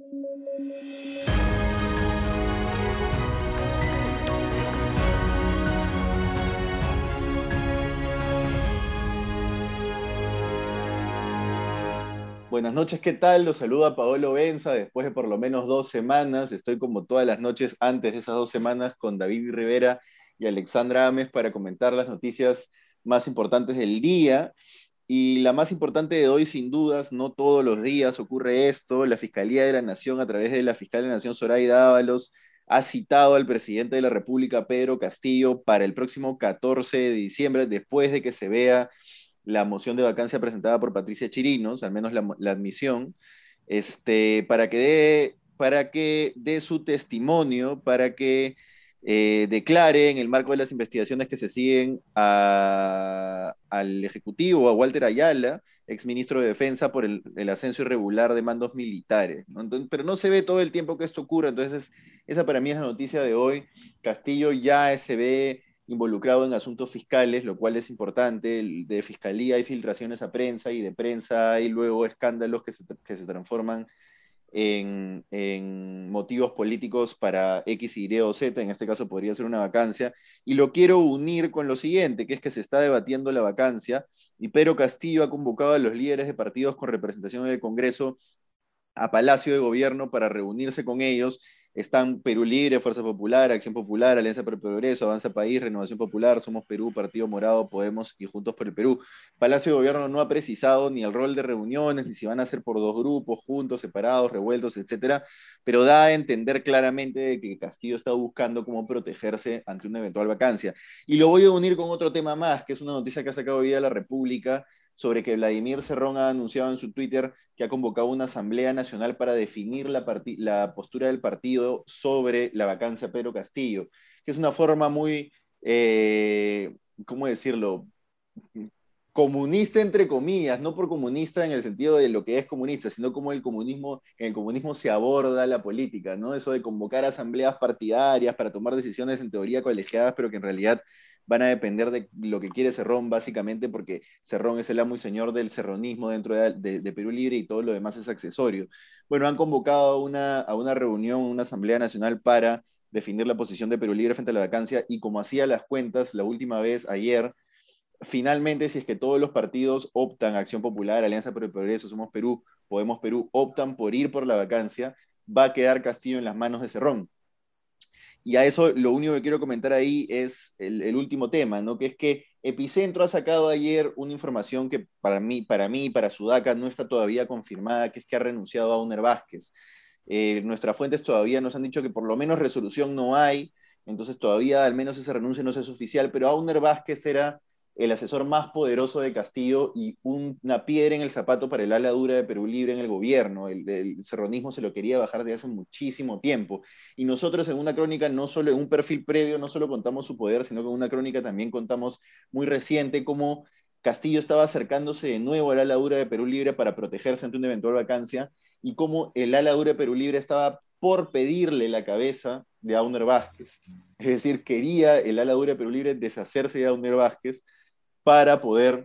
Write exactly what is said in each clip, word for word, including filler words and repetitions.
Buenas noches, ¿qué tal? Los saluda Paolo Benza. Después de por lo menos dos semanas, estoy como todas las noches antes de esas dos semanas con David Rivera y Alexandra Ames para comentar las noticias más importantes del día. Y la más importante de hoy, sin dudas, no todos los días ocurre esto. La Fiscalía de la Nación, a través de la Fiscal de la Nación, Zoraida Ábalos, ha citado al presidente de la República, Pedro Castillo, para el próximo catorce de diciembre, después de que se vea la moción de vacancia presentada por Patricia Chirinos, al menos la, la admisión, este, para que dé para que dé su testimonio, para que eh, declare en el marco de las investigaciones que se siguen a, al Ejecutivo, a Walter Ayala, exministro de Defensa, por el, el ascenso irregular de mandos militares, ¿no? Entonces, pero no se ve todo el tiempo que esto ocurra, entonces esa para mí es la noticia de hoy. Castillo ya se ve involucrado en asuntos fiscales, lo cual es importante. De fiscalía hay filtraciones a prensa y de prensa hay luego escándalos que se, que se transforman en, en motivos políticos para X, Y o Z, en este caso podría ser una vacancia, y lo quiero unir con lo siguiente, que es que se está debatiendo la vacancia, y Pedro Castillo ha convocado a los líderes de partidos con representación en el Congreso a Palacio de Gobierno para reunirse con ellos. Están Perú Libre, Fuerza Popular, Acción Popular, Alianza por el Progreso, Avanza País, Renovación Popular, Somos Perú, Partido Morado, Podemos y Juntos por el Perú. Palacio de Gobierno no ha precisado ni el rol de reuniones, ni si van a ser por dos grupos, juntos, separados, revueltos, etcétera, pero da a entender claramente que Castillo está buscando cómo protegerse ante una eventual vacancia. Y lo voy a unir con otro tema más, que es una noticia que ha sacado hoy día la República, sobre que Vladimir Cerrón ha anunciado en su Twitter que ha convocado una asamblea nacional para definir la, la postura del partido sobre la vacancia de Pedro Castillo, que es una forma muy, eh, ¿cómo decirlo?, comunista entre comillas, no por comunista en el sentido de lo que es comunista, sino como el comunismo, en el comunismo se aborda la política, ¿no? Eso de convocar asambleas partidarias para tomar decisiones en teoría colegiadas, pero que en realidad van a depender de lo que quiere Cerrón, básicamente porque Cerrón es el amo y señor del cerronismo dentro de, de, de Perú Libre y todo lo demás es accesorio. Bueno, han convocado una, a una reunión, una asamblea nacional para definir la posición de Perú Libre frente a la vacancia y como hacía las cuentas la última vez ayer, finalmente, si es que todos los partidos optan, Acción Popular, Alianza por el Progreso, Somos Perú, Podemos Perú, optan por ir por la vacancia, va a quedar Castillo en las manos de Cerrón. Y a eso lo único que quiero comentar ahí es el, el último tema, ¿no? Que es que Epicentro ha sacado ayer una información que para mí, para mí, para Sudaca, no está todavía confirmada, que es que ha renunciado a Auner Vázquez. Eh, nuestras fuentes todavía nos han dicho que por lo menos resolución no hay, entonces todavía al menos esa renuncia no es oficial, pero Auner Vázquez era el asesor más poderoso de Castillo y una piedra en el zapato para el ala dura de Perú Libre en el gobierno. El, el cerronismo se lo quería bajar de hace muchísimo tiempo. Y nosotros en una crónica, no solo en un perfil previo, no solo contamos su poder, sino que en una crónica también contamos muy reciente cómo Castillo estaba acercándose de nuevo al ala dura de Perú Libre para protegerse ante una eventual vacancia y cómo el ala dura de Perú Libre estaba por pedirle la cabeza de Auner Vázquez. Es decir, quería el ala dura de Perú Libre deshacerse de Auner Vázquez para poder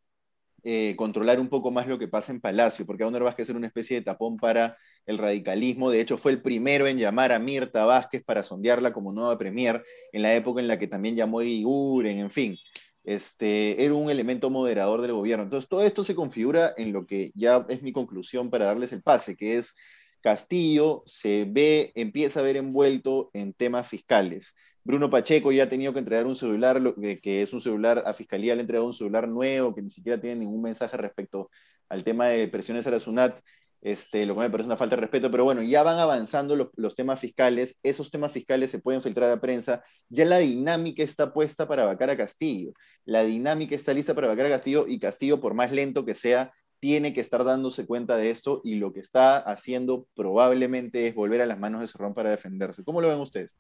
eh, controlar un poco más lo que pasa en Palacio, porque Auner Vázquez era una especie de tapón para el radicalismo. De hecho, fue el primero en llamar a Mirta Vázquez para sondearla como nueva premier, en la época en la que también llamó a Iguren, en fin. Este, era un elemento moderador del gobierno. Entonces, todo esto se configura en lo que ya es mi conclusión para darles el pase, que es Castillo se ve, empieza a ver envuelto en temas fiscales. Bruno Pacheco ya ha tenido que entregar un celular, que es un celular, a Fiscalía le ha entregado un celular nuevo, que ni siquiera tiene ningún mensaje respecto al tema de presiones a la SUNAT, este, lo cual me parece una falta de respeto, pero bueno, ya van avanzando los, los temas fiscales, esos temas fiscales se pueden filtrar a prensa, ya la dinámica está puesta para vacar a Castillo, la dinámica está lista para vacar a Castillo, y Castillo, por más lento que sea, tiene que estar dándose cuenta de esto, y lo que está haciendo probablemente es volver a las manos de Cerrón para defenderse. ¿Cómo lo ven ustedes?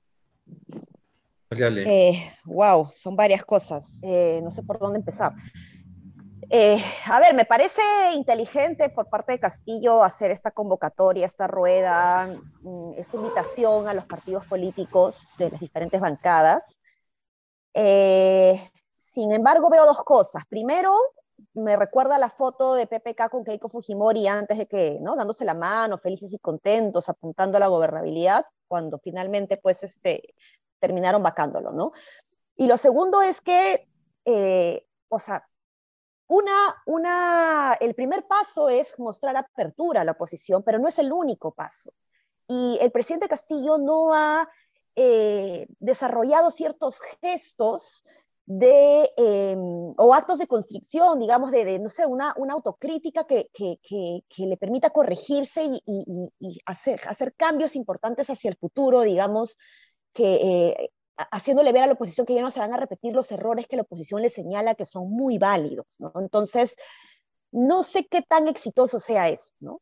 Dale. Eh, wow, son varias cosas. Eh, no sé por dónde empezar. Eh, a ver, me parece inteligente por parte de Castillo hacer esta convocatoria, esta rueda, esta invitación a los partidos políticos de las diferentes bancadas. Eh, sin embargo, veo dos cosas. Primero, me recuerda la foto de P P K con Keiko Fujimori antes de que, ¿no? Dándose la mano, felices y contentos, apuntando a la gobernabilidad, cuando finalmente, pues, este, terminaron vacándolo, ¿no? Y lo segundo es que, eh, o sea, una, una, el primer paso es mostrar apertura a la oposición, pero no es el único paso. Y el presidente Castillo no ha eh, desarrollado ciertos gestos de, eh, o actos de constricción, digamos, de, de no sé, una, una autocrítica que, que, que, que, le permita corregirse y, y, y hacer, hacer cambios importantes hacia el futuro, digamos, que eh, haciéndole ver a la oposición que ya no se van a repetir los errores que la oposición le señala que son muy válidos, ¿no? Entonces, no sé qué tan exitoso sea eso, ¿no?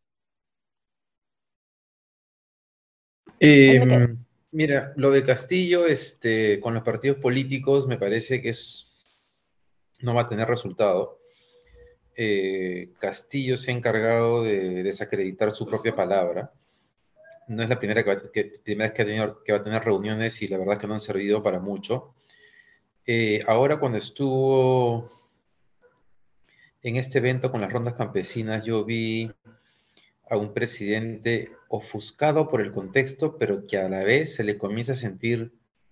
Eh, mira, lo de Castillo, este, con los partidos políticos, me parece que es, no va a tener resultado. Eh, Castillo se ha encargado de desacreditar su propia palabra. No es la primera, que, va, que, primera vez que, ha tenido, que va a tener reuniones y la verdad es que no han servido para mucho. Eh, ahora cuando estuvo en este evento con las rondas campesinas, yo vi a un presidente ofuscado por el contexto, pero que a la vez se le comienza a sentir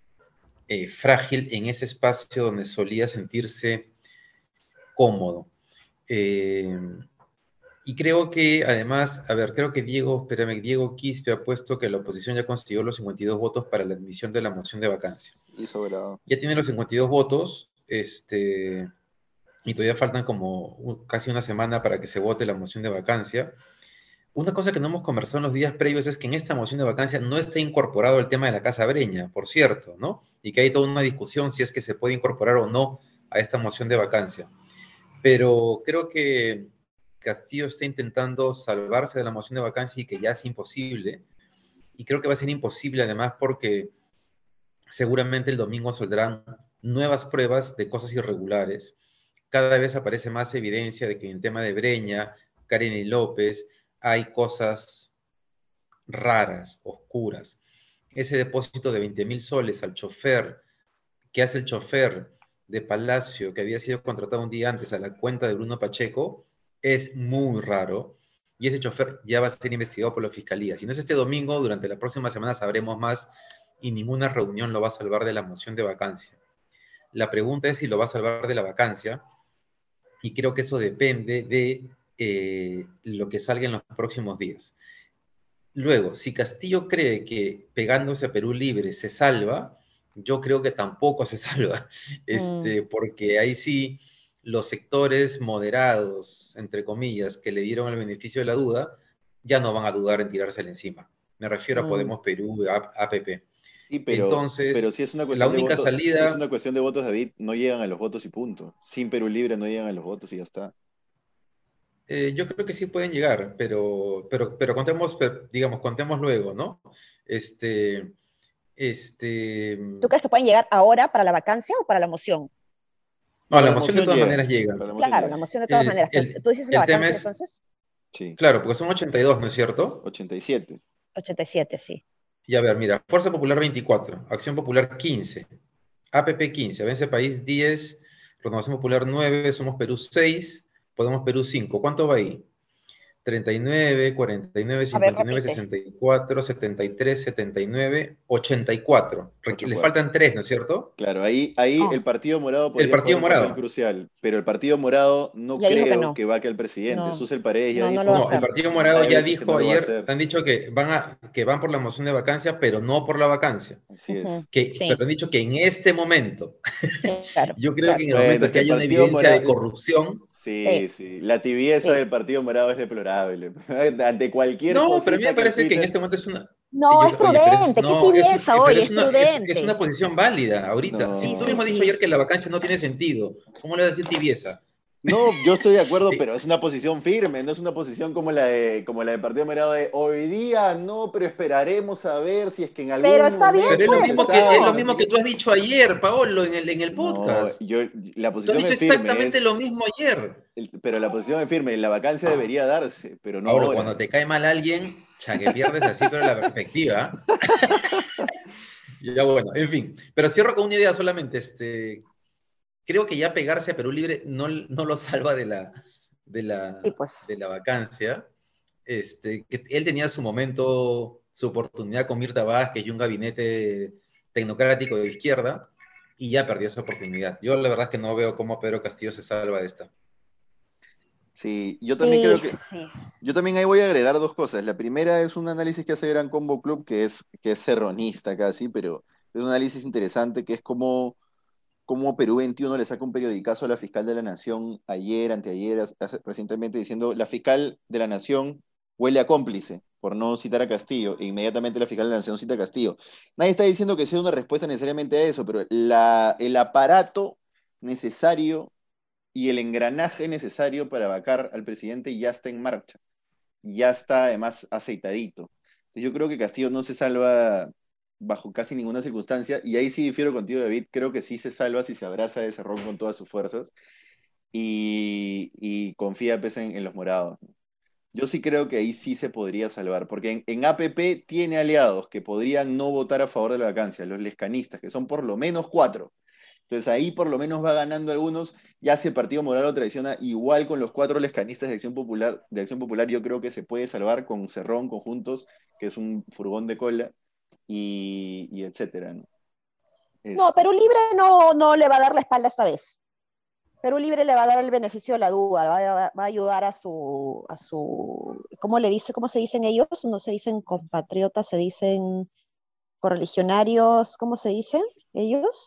eh, frágil en ese espacio donde solía sentirse cómodo. Eh, y creo que además, a ver, creo que Diego, espérame, Diego Quispe ha puesto que la oposición ya consiguió los cincuenta y dos votos para la admisión de la moción de vacancia. Y sobrado. Ya tiene los cincuenta y dos votos, este, y todavía faltan como casi una semana para que se vote la moción de vacancia. Una cosa que no hemos conversado en los días previos es que en esta moción de vacancia no está incorporado el tema de la Casa Breña, por cierto, ¿no? Y que hay toda una discusión si es que se puede incorporar o no a esta moción de vacancia. Pero creo que Castillo está intentando salvarse de la moción de vacancia y que ya es imposible. Y creo que va a ser imposible además porque seguramente el domingo saldrán nuevas pruebas de cosas irregulares. Cada vez aparece más evidencia de que en el tema de Breña, Karen y López, hay cosas raras, oscuras. Ese depósito de veinte mil soles al chofer, que hace el chofer de Palacio, que había sido contratado un día antes a la cuenta de Bruno Pacheco, es muy raro. Y ese chofer ya va a ser investigado por la fiscalía. Si no es este domingo, durante la próxima semana sabremos más y ninguna reunión lo va a salvar de la moción de vacancia. La pregunta es si lo va a salvar de la vacancia, y creo que eso depende de Eh, lo que salga en los próximos días. Luego, si Castillo cree que pegándose a Perú Libre se salva, yo creo que tampoco se salva, este, mm. porque ahí sí los sectores moderados, entre comillas, que le dieron el beneficio de la duda, ya no van a dudar en tirársela encima. Me refiero mm. a Podemos Perú, A P P. Sí, pero, Entonces, pero si es una cuestión la única de votos, salida... si es una cuestión de votos, David, no llegan a los votos y punto. Sin Perú Libre no llegan a los votos y ya está. Eh, yo creo que sí pueden llegar, pero, pero, pero contemos, digamos, contemos luego, ¿no? Este, este... ¿Tú crees que pueden llegar ahora para la vacancia o para la moción? No, la, la moción, moción de todas llega. maneras llega. La claro, llega. La moción de todas el, maneras. El, ¿Tú dices la vacancia es, entonces? Sí. Claro, porque son ochenta y dos, ¿no es cierto? ochenta y siete. ochenta y siete, sí. Y a ver, mira, Fuerza Popular veinticuatro, Acción Popular quince, A P P quince, Avance País diez, Renovación Popular nueve, Somos Perú seis, Podemos Perú cinco. ¿Cuánto va ahí? treinta y nueve, cuarenta y nueve, cincuenta y nueve, sesenta y cuatro, setenta y tres, setenta y nueve, ochenta y cuatro. Le faltan tres, ¿no es cierto? Claro, ahí, ahí oh. el Partido Morado podría el partido jugar un morado. papel crucial, pero el Partido Morado no ya creo que, no. que vaque al presidente. No. Susel Paredes ya no, dijo... No, no el Partido Morado ya dijo no ayer, han dicho que van, a, que van por la moción de vacancia, pero no por la vacancia. Así es. Uh-huh. Que, sí. Pero han dicho que en este momento, claro, yo creo claro. que en el bueno, momento que, que haya una evidencia morado, de corrupción... Sí, sí, sí. La tibieza sí. del Partido Morado es deplorable. Ante cualquier No, pero a mí me parece que, Twitter... que en este momento es una... No, yo, es prudente, oye, qué tibieza, no, oye, es, es una, prudente. Es, es una posición válida ahorita. No. Sí, tú sí, mismo sí. has dicho ayer que la vacancia no tiene sentido. ¿Cómo le vas a decir tibieza? No, yo estoy de acuerdo, pero es una posición firme, no es una posición como la de como la del Partido Morado de hoy día, no, pero esperaremos a ver si es que en algún Pero está bien, Pero pues, es lo mismo, que, es lo mismo que tú has dicho ayer, Paolo, en el, en el podcast. No, yo, la tú posición has dicho es firme, exactamente es, lo mismo ayer. El, pero la posición es firme, la vacancia debería darse, pero no Paolo, ahora. Cuando te cae mal alguien, cha, que pierdes así, pero la perspectiva. Ya bueno, en fin. Pero cierro con una idea solamente, este... creo que ya pegarse a Perú Libre no, no lo salva de la, de Sí, la, de pues. la vacancia. Este, que él tenía su momento, su oportunidad con Mirta Vázquez y un gabinete tecnocrático de izquierda, y ya perdió esa oportunidad. Yo la verdad es que no veo cómo Pedro Castillo se salva de esta. Sí, yo también creo Sí, que, sí. yo también ahí voy a agregar dos cosas. La primera es un análisis que hace Gran Combo Club, que es, que es serronista casi, pero es un análisis interesante, que es cómo, cómo Perú veintiuno le saca un periodicazo a la fiscal de la Nación ayer, anteayer, hace- recientemente, diciendo, la fiscal de la Nación huele a cómplice, por no citar a Castillo, e inmediatamente la fiscal de la Nación cita a Castillo. Nadie está diciendo que sea una respuesta necesariamente a eso, pero la, el aparato necesario y el engranaje necesario para vacar al presidente ya está en marcha, ya está además aceitadito. Entonces yo creo que Castillo no se salva bajo casi ninguna circunstancia, y ahí sí difiero contigo, David, creo que sí se salva si se abraza de Cerrón con todas sus fuerzas y, y confía pues, en, en los morados. Yo sí creo que ahí sí se podría salvar, porque en, en A P P tiene aliados que podrían no votar a favor de la vacancia, los lescanistas, que son por lo menos cuatro. Entonces ahí por lo menos va ganando algunos, ya si el Partido Moral lo traiciona, igual con los cuatro lescanistas de Acción Popular, de Acción Popular yo creo que se puede salvar con Cerrón, conjuntos, que es un furgón de cola, y, y etcétera, ¿no? No, Este, Perú Libre no, no le va a dar la espalda esta vez. Perú Libre le va a dar el beneficio de la duda, va, a va a ayudar a su, a su, ¿cómo le dice, cómo se dicen ellos? No se dicen compatriotas, se dicen correligionarios, ¿cómo se dicen ellos?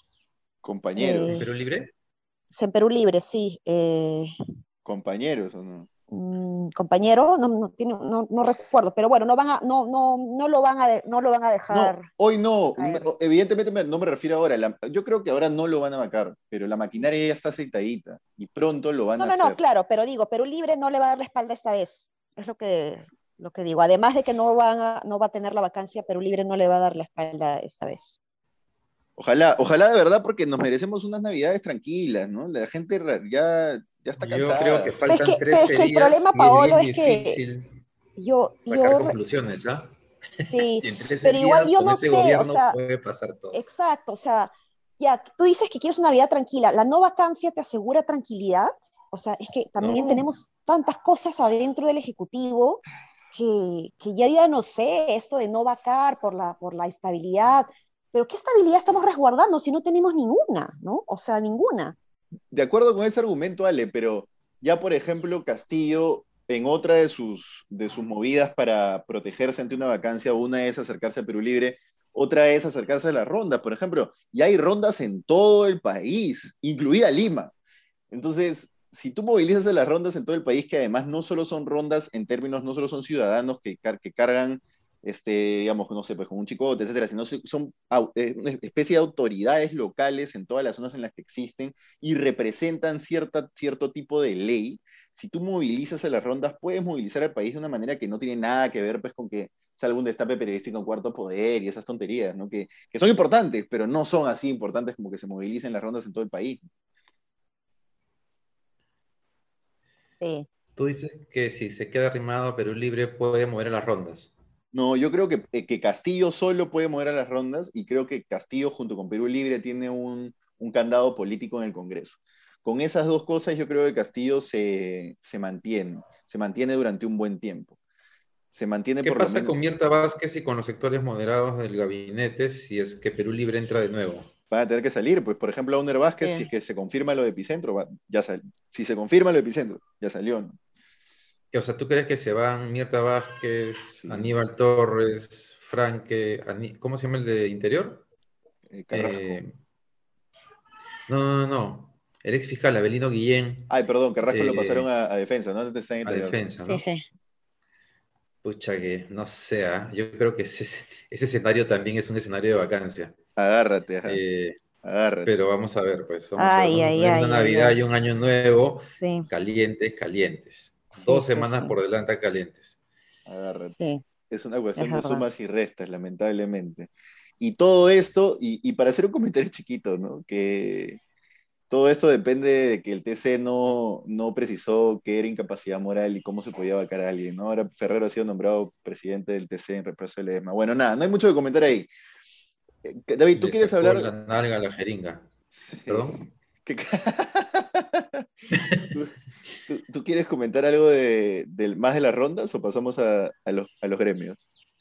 ¿En Eh, compañeros, Perú Libre? en Perú Libre, sí. Eh, compañeros o no. mm, compañero, no, no, tiene- no- no recuerdo, pero bueno, no van a, no, no, no lo van a, de- no lo van a No, dejar hoy no, me- caer. evidentemente me- no me refiero ahora, la- yo creo que ahora no lo van a vacar, pero la maquinaria ya está aceitadita y pronto lo van No, a no, no, hacer. claro, pero digo, Perú Libre no le va a dar la espalda esta vez. Es lo que, lo que digo. Además de que no, van a- no va a tener la vacancia, Perú Libre no le va a dar la espalda esta vez. Ojalá, ojalá de verdad, porque nos merecemos unas navidades tranquilas, ¿no? La gente ra- ya, ya está Yo creo que cansada. Pero es faltan que, pero es trece que el días problema, y es Paolo, bien es que difícil yo, sacar yo, re- conclusiones, ¿ah? sí, Y en trece pero igual días yo con no este sé, o gobierno sea, puede pasar todo. exacto, o sea, ya, tú dices que quieres una Navidad tranquila, ¿la no vacancia te asegura tranquilidad? O sea, es que también No, tenemos tantas cosas adentro del Ejecutivo que, que ya, ya no sé, esto de no vacar por la, por la estabilidad, pero ¿qué estabilidad estamos resguardando si no tenemos ninguna, ¿no? O sea, ninguna. De acuerdo con ese argumento, Ale, pero ya, por ejemplo, Castillo, en otra de sus, de sus movidas para protegerse ante una vacancia, una es acercarse a Perú Libre, otra es acercarse a las rondas. Por ejemplo, ya hay rondas en todo el país, incluida Lima. Entonces, si tú movilizas a las rondas en todo el país, que además no solo son rondas en términos, no solo son ciudadanos que, car que cargan, este, digamos, no sé, pues con un chicote, etcétera, sino son eh, una especie de autoridades locales en todas las zonas en las que existen y representan cierta, cierto tipo de ley. Si tú movilizas a las rondas, puedes movilizar al país de una manera que no tiene nada que ver pues, con que sea algún destape periodístico en cuarto poder y esas tonterías, ¿no? Que, que son importantes, pero no son así importantes como que se movilicen las rondas en todo el país. Sí. tú dices que si se queda arrimado a Perú Libre puede mover a las rondas. No, yo creo que, eh, que Castillo solo puede mover a las rondas y creo que Castillo junto con Perú Libre tiene un, un candado político en el Congreso. Con esas dos cosas yo creo que Castillo se, se mantiene, se mantiene durante un buen tiempo. Se mantiene ¿Qué por lo pasa menos, con Mirta Vázquez y con los sectores moderados del gabinete si es que Perú Libre entra de nuevo? van a tener que salir, pues por ejemplo, Auner Vázquez, si es Sí. que se confirma lo de Epicentro, va- ya sal- si se confirma lo de Epicentro, ya salió, ¿no? O sea, ¿tú crees que se van Mirta Vázquez, Sí, Aníbal Torres, Franque, Aní- ¿cómo se llama el de Interior? eh, Carrasco. Eh, no, no, no. El ex fiscal Abelino Guillén, Ay, perdón, Carrasco lo pasaron eh, a, a defensa, ¿no? Antes está en a interior, sí. defensa, Sí, ¿no? sí. Pucha que no sea, yo creo que ese, ese escenario también es un escenario de vacancia. Agárrate, ajá, Eh, agárrate. pero vamos a ver, pues vamos a ver, Ay, vamos a ay, tener una ay, ay, Navidad ay. y un año nuevo Sí, calientes, calientes. sí, Dos sí, semanas sí. por delante calientes. Agárrate. Sí, Es una es cuestión de verdad. sumas y restas, lamentablemente. Y todo esto, y, y para hacer un comentario chiquito, ¿no? Que todo esto depende de que el T C no, no precisó qué era incapacidad moral y cómo se podía vacar a alguien, ¿no? Ahora Ferrero ha sido nombrado presidente del T C en reemplazo de Ledesma. Bueno, nada, no hay mucho que comentar ahí. Eh, David, ¿tú Le quieres sacó hablar? la nalga a la jeringa. Sí. ¿Perdón? ¿Qué ¿Tú, tú- tú quieres comentar algo de, del- más de las rondas o pasamos a, a los, a los gremios?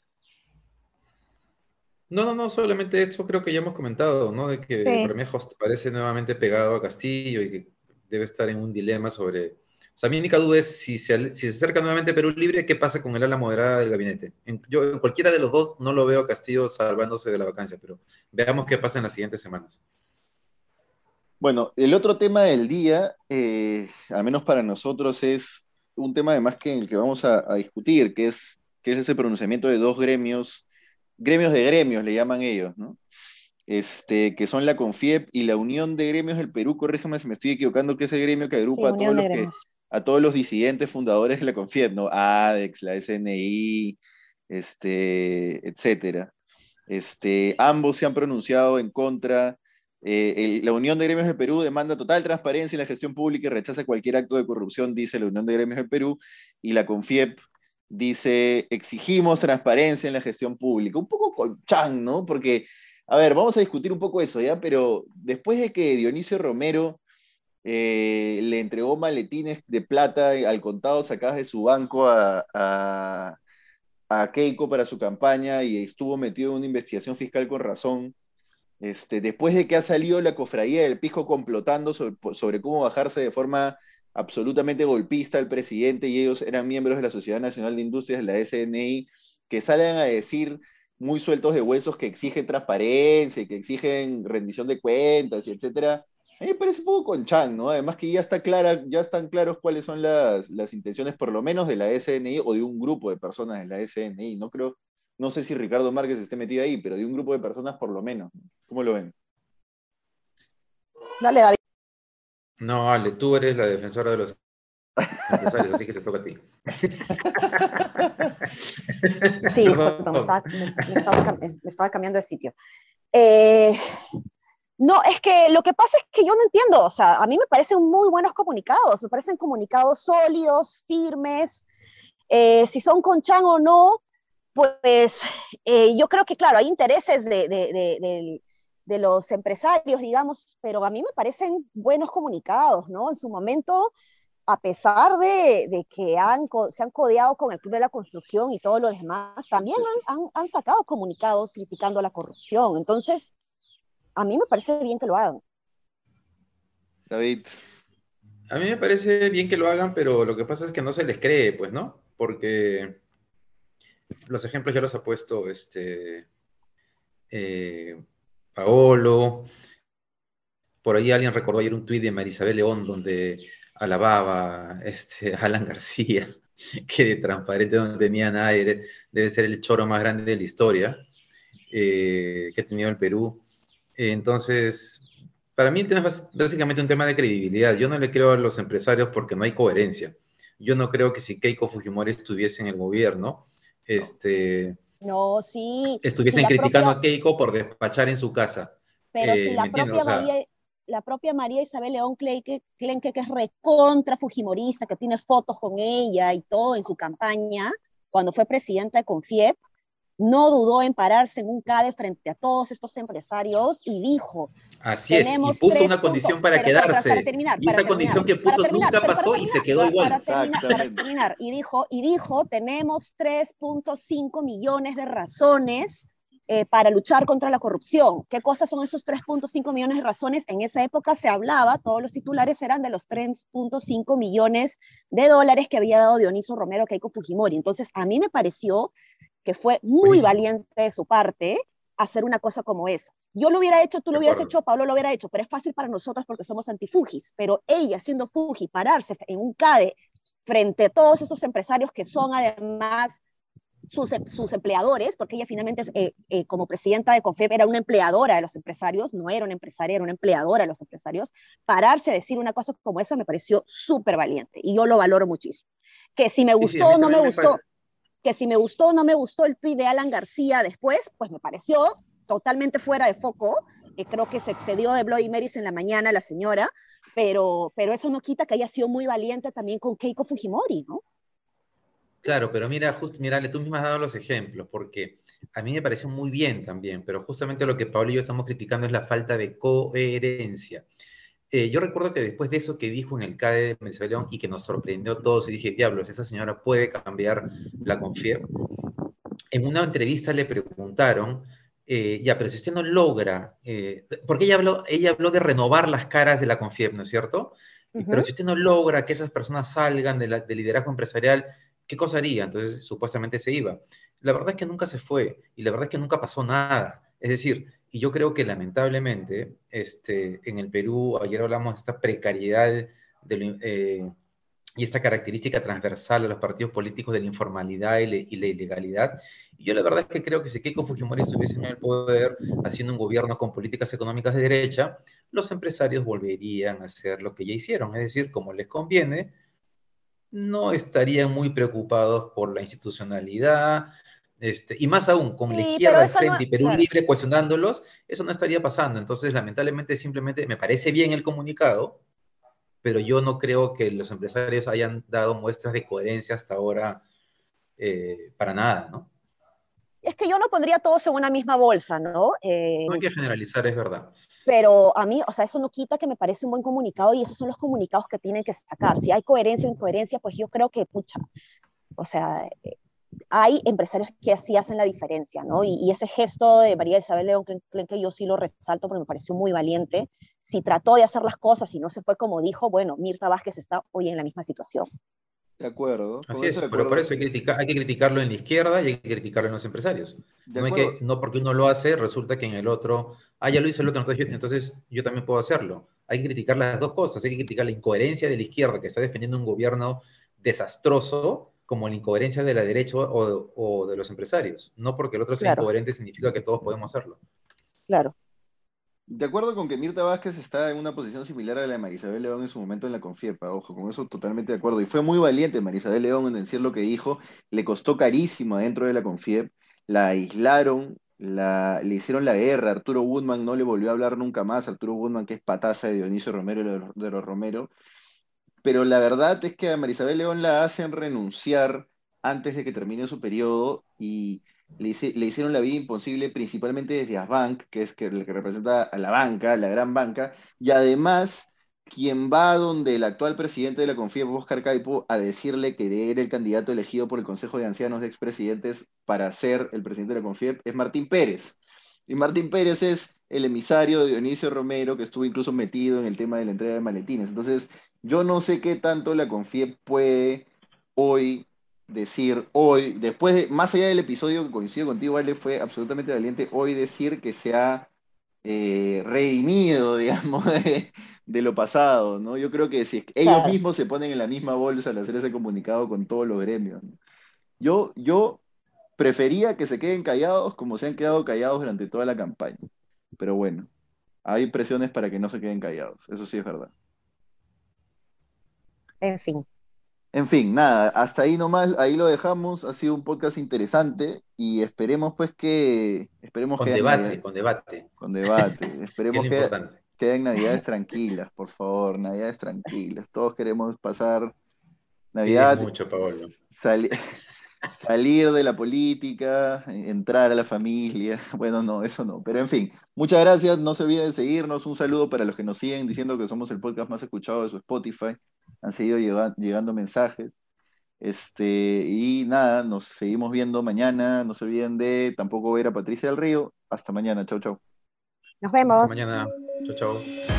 No, no, no, solamente esto creo que ya hemos comentado, ¿no? De que Sí. Bermejo parece nuevamente pegado a Castillo y que debe estar en un dilema sobre... O sea, mi única duda es si se, al- si se acerca nuevamente Perú Libre, ¿qué pasa con el ala moderada del gabinete? En- yo en cualquiera de los dos no lo veo a Castillo salvándose de la vacancia, pero veamos qué pasa en las siguientes semanas. Bueno, el otro tema del día, eh, al menos para nosotros, es un tema además que en el que vamos a, a discutir, que es, que es ese pronunciamiento de dos gremios, gremios de gremios le llaman ellos, ¿no? Este, que son la CONFIEP y la Unión de Gremios del Perú, corrígeme si me estoy equivocando, que es el gremio que Sí, agrupa a todos unión de los que, gremios. a todos los disidentes fundadores de la CONFIEP, ¿no? ADEX, la S N I, este, etcétera. Este, ambos se han pronunciado en contra. Eh, el- la Unión de Gremios del Perú demanda total transparencia en la gestión pública y rechaza cualquier acto de corrupción, dice la Unión de Gremios del Perú, y la CONFIEP dice, exigimos transparencia en la gestión pública. Un poco con chan, ¿no? Porque, a ver, vamos a discutir un poco eso, ¿ya? Pero después de que Dionisio Romero eh, le entregó maletines de plata al contado sacadas de su banco a, a a Keiko para su campaña y estuvo metido en una investigación fiscal con razón. Este, después de que ha salido la cofradía del Pisco complotando sobre, sobre cómo bajarse de forma absolutamente golpista al presidente y ellos eran miembros de la Sociedad Nacional de Industrias, la S N I, que salen a decir muy sueltos de huesos que exigen transparencia y que exigen rendición de cuentas y etcétera. A mí me parece un poco conchan, ¿no? Además que ya está clara, ya están claros cuáles son las, las intenciones, por lo menos de la S N I o de un grupo de personas de la S N I. No creo, no sé si Ricardo Márquez esté metido ahí, pero de un grupo de personas por lo menos. ¿Cómo lo ven? Dale, David. No, Ale, tú eres la defensora de los empresarios, así que te toca a ti. Sí, disculpa, me Perdón. estaba, me, me estaba, me estaba cambiando de sitio. Eh, no, es que lo que pasa es que yo no entiendo, o sea, a mí me parecen muy buenos comunicados, me parecen comunicados sólidos, firmes, eh, si son con Chan o no, pues eh, yo creo que, claro, hay intereses de, de, de, de, de los empresarios, digamos, pero a mí me parecen buenos comunicados, ¿no? En su momento, a pesar de, de que han, se han codeado con el Club de la Construcción y todo lo demás, también han, han, han sacado comunicados criticando la corrupción. Entonces, a mí me parece bien que lo hagan. David. A mí me parece bien que lo hagan, pero lo que pasa es que no se les cree, pues, ¿no? Porque los ejemplos ya los ha puesto este, eh, Paolo. Por ahí alguien recordó ayer un tuit de Marisabel León donde alababa este, a Alan García, que de transparente no tenía nada, debe ser el choro más grande de la historia eh, que ha tenido el Perú. Entonces, para mí el tema es básicamente un tema de credibilidad. Yo no le creo a los empresarios porque no hay coherencia. Yo no creo que si Keiko Fujimori estuviese en el gobierno, No. este, No, sí, si estuviesen la criticando propia, a Keiko por despachar en su casa. pero si Eh, ¿me la entiendes? O propia sea, María, la propia María Isabel León Clenque, Clenque, que es recontra fujimorista, que tiene fotos con ella y todo en su campaña, cuando fue presidenta de CONFIEP, no dudó en pararse en un CADE frente a todos estos empresarios y dijo, así es, y tenemos puso tres una puntos, condición para pero para, para, para quedarse. terminar, Y para esa terminar, condición que para puso terminar, nunca pero para pasó y se terminar, quedó para, para igual. terminar, para Exactamente. terminar, y dijo, y dijo, tenemos tres punto cinco millones de razones eh, para luchar contra la corrupción. ¿Qué cosas son esos tres punto cinco millones de razones? En esa época se hablaba, todos los titulares eran de los tres punto cinco millones de dólares que había dado Dionisio Romero a Keiko Fujimori. Entonces, a mí me pareció que fue muy Buenísimo, valiente de su parte hacer una cosa como esa. Yo lo hubiera hecho, tú de lo hubieras acuerdo. hecho, Pablo lo hubiera hecho, pero es fácil para nosotros porque somos antifugis. Pero ella, siendo fugi, pararse en un CADE frente a todos esos empresarios que son además sus, sus empleadores, porque ella finalmente, eh, eh, como presidenta de CONFEP, era una empleadora de los empresarios, no era una empresaria, era una empleadora de los empresarios, pararse a decir una cosa como esa me pareció súper valiente y yo lo valoro muchísimo. Que si me Sí, sí, a gustó mí o no me también me gustó, parece. que si me gustó o no me gustó el tuit de Alan García después, pues me pareció totalmente fuera de foco. Eh, creo que se excedió de Bloody Marys en la mañana la señora, pero, pero eso no quita que haya sido muy valiente también con Keiko Fujimori, ¿no? Claro, pero mira, just, mira, tú misma has dado los ejemplos, porque a mí me pareció muy bien también, pero justamente lo que Pablo y yo estamos criticando es la falta de coherencia. eh, yo recuerdo que después de eso que dijo en el C A D de Marisabel León y que nos sorprendió a todos, y dije, diablos, esa señora puede cambiar la CONFIEP. En una entrevista le preguntaron, eh, ya, pero si usted no logra, eh, porque ella habló, ella habló de renovar las caras de la CONFIEP, ¿no es cierto? Y, pero Ujú. si usted no logra que esas personas salgan de la- del liderazgo empresarial, ¿qué cosa haría? Entonces, supuestamente se iba. La verdad es que nunca se fue y la verdad es que nunca pasó nada. Es decir, y yo creo que lamentablemente, este, en el Perú, ayer hablamos de esta precariedad de lo, eh, y esta característica transversal a los partidos políticos de la informalidad y, le, y la ilegalidad. Y yo la verdad es que creo que si Keiko Fujimori estuviese en el poder haciendo un gobierno con políticas económicas de derecha, los empresarios volverían a hacer lo que ya hicieron, es decir, como les conviene, no estarían muy preocupados por la institucionalidad, este, y más aún, con la Sí, izquierda pero al esa no, frente y Perú claro, Libre cuestionándolos, eso no estaría pasando. Entonces, lamentablemente, simplemente me parece bien el comunicado, pero yo no creo que los empresarios hayan dado muestras de coherencia hasta ahora eh, para nada, ¿no? es que yo no pondría todos en una misma bolsa, ¿no? Eh, No hay que generalizar, es verdad. pero a mí, o sea, eso no quita que me parece un buen comunicado y esos son los comunicados que tienen que sacar. Si hay coherencia o incoherencia, pues yo creo que, pucha, o sea, hay empresarios que sí hacen la diferencia, ¿no? Y, y ese gesto de María Isabel León, que, que yo sí lo resalto porque me pareció muy valiente. Si trató de hacer las cosas y no se fue como dijo, bueno, Mirta Vázquez está hoy en la misma situación. De acuerdo, con Así eso es, de pero por acuerdo, eso hay que, criticar, hay que criticarlo en la izquierda y hay que criticarlo en los empresarios. de No hay que, acuerdo. no porque uno lo hace, resulta que en el otro, ah, ya lo hizo el otro, entonces yo, entonces yo también puedo hacerlo. Hay que criticar las dos cosas, hay que criticar la incoherencia de la izquierda que está defendiendo un gobierno desastroso, como la incoherencia de la derecha o, o de los empresarios. No porque el otro sea Claro, incoherente significa que todos podemos hacerlo. claro. De acuerdo con que Mirta Vázquez está en una posición similar a la de Marisabel León en su momento en la Confiepa, ojo, con eso totalmente de acuerdo. Y fue muy valiente Marisabel León en decir lo que dijo, le costó carísimo adentro de la Confiep, la aislaron, la, le hicieron la guerra, Arturo Woodman no le volvió a hablar nunca más, Arturo Woodman que es pataza de Dionisio Romero y de los, de los Romero, pero la verdad es que a Marisabel León la hacen renunciar antes de que termine su periodo y le, hice- le hicieron la vida imposible principalmente desde Asbank, que es que, el que representa a la banca, la gran banca, y además quien va donde el actual presidente de la CONFIEP, Oscar Caipo, a decirle que era el candidato elegido por el Consejo de Ancianos de expresidentes para ser el presidente de la CONFIEP, es Martín Pérez. Y Martín Pérez es el emisario de Dionisio Romero, que estuvo incluso metido en el tema de la entrega de maletines. Entonces, yo no sé qué tanto la Confiep puede hoy decir, hoy, después de, más allá del episodio que coincido contigo, Ale, fue absolutamente valiente hoy decir que se ha eh, redimido, digamos, de, de lo pasado, ¿no? Yo creo que si es que ellos Claro. mismos se ponen en la misma bolsa al hacer ese comunicado con todos los gremios, ¿no? Yo, yo prefería que se queden callados como se han quedado callados durante toda la campaña, pero bueno, hay presiones para que no se queden callados, eso sí es verdad. En fin. En fin, nada, hasta ahí nomás, ahí lo dejamos. Ha sido un podcast interesante y esperemos pues que, esperemos que Con hayan debate, navidades con debate, con debate, que es esperemos lo que, importante. que hayan navidades tranquilas, por favor, navidades tranquilas. Todos queremos pasar Pides Navidad, mucho, Paolo. sali- salir de la política, entrar a la familia. Bueno, no, eso no. Pero en fin, muchas gracias. No se olviden de seguirnos. Un saludo para los que nos siguen diciendo que somos el podcast más escuchado de su Spotify. Han seguido llega- llegando mensajes. Este, y nada, nos seguimos viendo mañana. No se olviden de tampoco ver a Patricia del Río. Hasta mañana. Chau, chau. Nos Hasta vemos. mañana. Chao, chao.